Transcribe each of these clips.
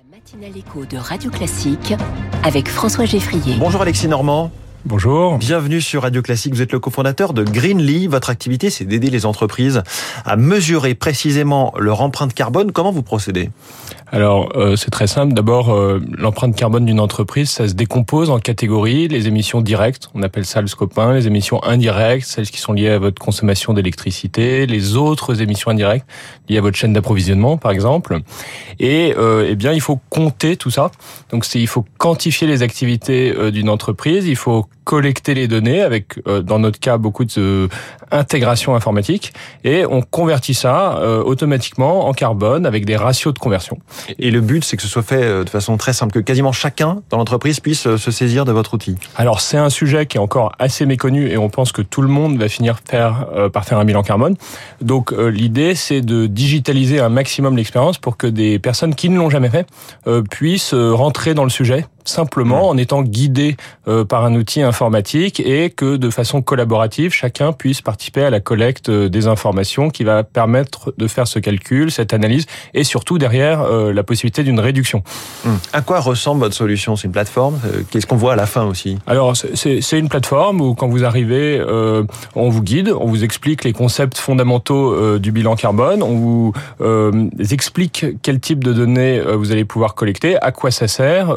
La matinale écho de Radio Classique avec François Geffrier. Bonjour Alexis Normand. Bonjour. Bienvenue sur Radio Classique. Vous êtes le cofondateur de Greenly. Votre activité, c'est d'aider les entreprises à mesurer précisément leur empreinte carbone. Comment vous procédez ? Alors, c'est très simple. D'abord, l'empreinte carbone d'une entreprise, ça se décompose en catégories. Les émissions directes, on appelle ça le scope 1. Les émissions indirectes, celles qui sont liées à votre consommation d'électricité. Les autres émissions indirectes, liées à votre chaîne d'approvisionnement, par exemple. Et eh bien, il faut compter tout ça. Donc, il faut quantifier les activités d'une entreprise. Il faut collecter les données avec, dans notre cas, beaucoup de intégration informatique. Et on convertit ça automatiquement en carbone avec des ratios de conversion. Et le but, c'est que ce soit fait de façon très simple, que quasiment chacun dans l'entreprise puisse se saisir de votre outil. Alors, c'est un sujet qui est encore assez méconnu et on pense que tout le monde va finir par faire un bilan carbone. Donc, l'idée, c'est de digitaliser un maximum l'expérience pour que des personnes qui ne l'ont jamais fait puissent rentrer dans le sujet simplement en étant guidés par un outil informatique et que de façon collaborative, chacun puisse participer à la collecte des informations qui va permettre de faire ce calcul, cette analyse et surtout derrière la possibilité d'une réduction. À quoi ressemble votre solution ? C'est une plateforme ? Qu'est-ce qu'on voit à la fin aussi ? Alors, c'est une plateforme où quand vous arrivez, on vous guide, on vous explique les concepts fondamentaux du bilan carbone, on vous explique quel type de données vous allez pouvoir collecter, à quoi ça sert,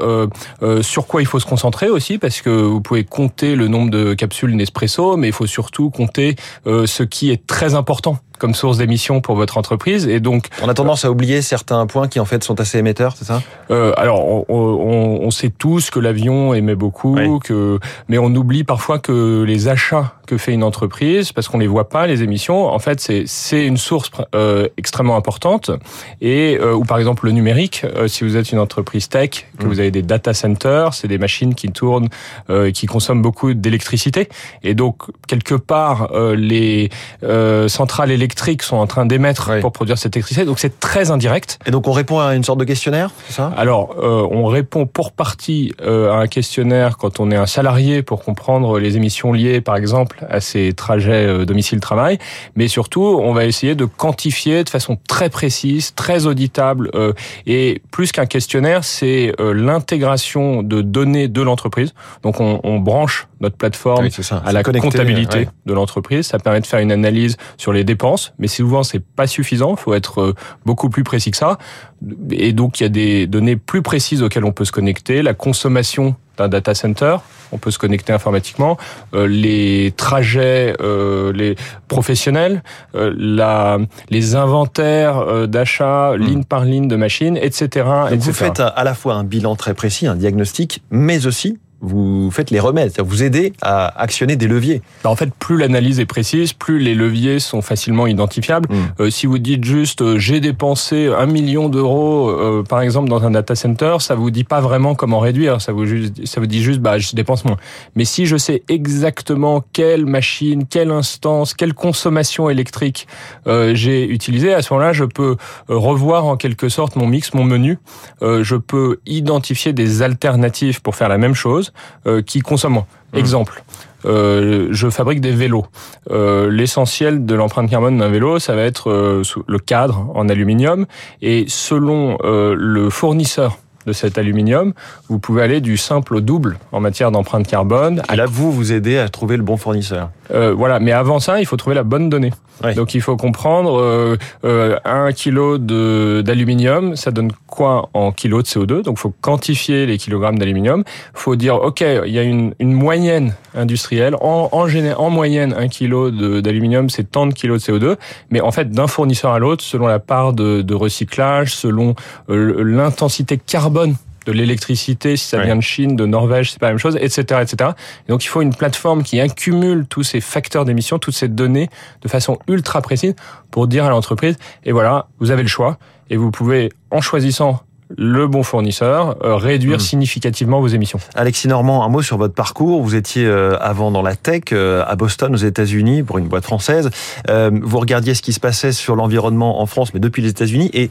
sur quoi il faut se concentrer aussi, parce que vous pouvez compter le nombre de capsules Nespresso, mais il faut surtout compter ce qui est très important comme source d'émissions pour votre entreprise. Et donc, on a tendance à oublier certains points qui en fait sont assez émetteurs, c'est ça ? Alors, on sait tous que l'avion émet beaucoup, oui. Mais on oublie parfois que les achats que fait une entreprise, parce qu'on les voit pas, les émissions, en fait, c'est une source extrêmement importante. Et ou par exemple le numérique, si vous êtes une entreprise tech, que vous avez des data centers, c'est des machines qui tournent, qui consomment beaucoup d'électricité. Et donc quelque part, les centrales électriques sont en train d'émettre pour produire cette électricité, donc c'est très indirect. Et donc on répond à une sorte de questionnaire, c'est ça ? Alors, on répond pour partie à un questionnaire quand on est un salarié pour comprendre les émissions liées, par exemple, à ces trajets domicile-travail, mais surtout, on va essayer de quantifier de façon très précise, très auditable, et plus qu'un questionnaire, c'est l'intégration de données de l'entreprise. Donc on branche notre plateforme à la comptabilité de l'entreprise. Ça permet de faire une analyse sur les dépenses, mais souvent c'est pas suffisant. Il faut être beaucoup plus précis que ça. Et donc il y a des données plus précises auxquelles on peut se connecter. La consommation d'un data center, on peut se connecter informatiquement. Les trajets, les professionnels, les inventaires d'achat, ligne par ligne de machines, etc. Donc vous faites à la fois un bilan très précis, un diagnostic, mais aussi vous faites les remèdes, c'est-à-dire vous aidez à actionner des leviers. En fait, plus l'analyse est précise, plus les leviers sont facilement identifiables. Si vous dites juste j'ai dépensé 1 million d'euros, par exemple, dans un data center, ça vous dit pas vraiment comment réduire. Ça vous dit juste je dépense moins. Mais si je sais exactement quelle machine, quelle instance, quelle consommation électrique j'ai utilisé, à ce moment-là, je peux revoir en quelque sorte mon mix, mon menu. Je peux identifier des alternatives pour faire la même chose. Qui consomment moins. Exemple, je fabrique des vélos. L'essentiel de l'empreinte carbone d'un vélo, ça va être le cadre en aluminium. Et selon le fournisseur de cet aluminium, vous pouvez aller du simple au double en matière d'empreinte carbone. Et là, vous aidez à trouver le bon fournisseur. Voilà, mais avant ça, il faut trouver la bonne donnée. Donc il faut comprendre 1 kilo d'aluminium, ça donne quoi en kilos de CO2 ? Donc il faut quantifier les kilogrammes d'aluminium. Il faut dire, ok, il y a une moyenne industrielle. En moyenne, 1 kilo d'aluminium, c'est tant de kilos de CO2. Mais en fait, d'un fournisseur à l'autre, selon la part de recyclage, selon l'intensité carbone de l'électricité, si ça vient de Chine, de Norvège, c'est pas la même chose, etc., etc. Et donc, il faut une plateforme qui accumule tous ces facteurs d'émission, toutes ces données de façon ultra précise pour dire à l'entreprise, et voilà, vous avez le choix, et vous pouvez, en choisissant le bon fournisseur, réduire significativement vos émissions. Alexis Normand, un mot sur votre parcours. Vous étiez avant dans la tech, à Boston, aux États-Unis, pour une boîte française. Vous regardiez ce qui se passait sur l'environnement en France, mais depuis les États-Unis, et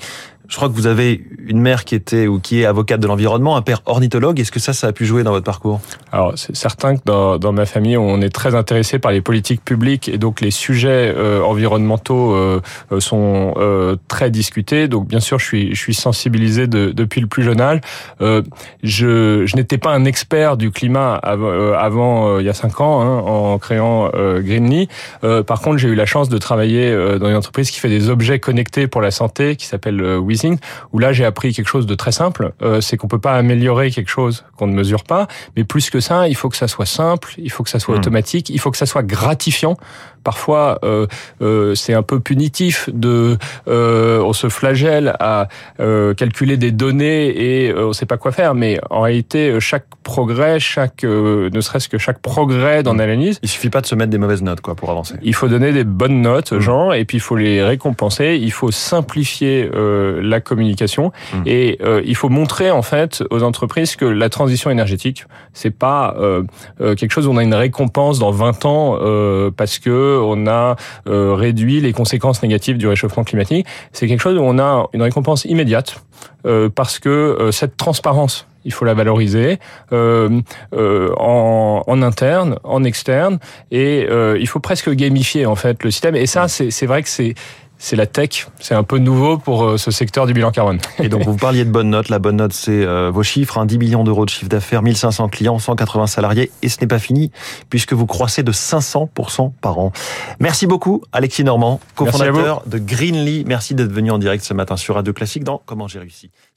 Je crois que vous avez une mère qui était ou qui est avocate de l'environnement, un père ornithologue. Est-ce que ça a pu jouer dans votre parcours? Alors, c'est certain que dans ma famille, on est très intéressé par les politiques publiques et donc les sujets environnementaux sont très discutés. Donc, bien sûr, je suis sensibilisé depuis le plus jeune âge. Je n'étais pas un expert du climat avant il y a 5 ans, en créant Greenly. Par contre, j'ai eu la chance de travailler dans une entreprise qui fait des objets connectés pour la santé, qui s'appelle Within, où là j'ai appris quelque chose de très simple, c'est qu'on peut pas améliorer quelque chose qu'on ne mesure pas, mais plus que ça, il faut que ça soit simple, il faut que ça soit automatique, il faut que ça soit gratifiant. Parfois, c'est un peu punitif on se flagelle à calculer des données et on sait pas quoi faire, mais en réalité, chaque progrès, ne serait-ce que chaque progrès dans l'analyse. Il suffit pas de se mettre des mauvaises notes, quoi, pour avancer. Il faut donner des bonnes notes aux gens et puis il faut les récompenser. Il faut simplifier la communication et il faut montrer en fait aux entreprises que la transition énergétique, c'est pas quelque chose où on a une récompense dans 20 ans parce que on a réduit les conséquences négatives du réchauffement climatique. C'est quelque chose où on a une récompense immédiate parce que cette transparence, il faut la valoriser en interne, en externe, et il faut presque gamifier en fait le système. Et ça, c'est vrai que c'est la tech, c'est un peu nouveau pour ce secteur du bilan carbone. Et donc vous parliez de bonne note, la bonne note c'est vos chiffres, 10 millions d'euros de chiffre d'affaires, 1500 clients, 180 salariés, et ce n'est pas fini puisque vous croissez de 500% par an. Merci beaucoup Alexis Normand, cofondateur de Greenly. Merci d'être venu en direct ce matin sur Radio Classique dans Comment j'ai réussi.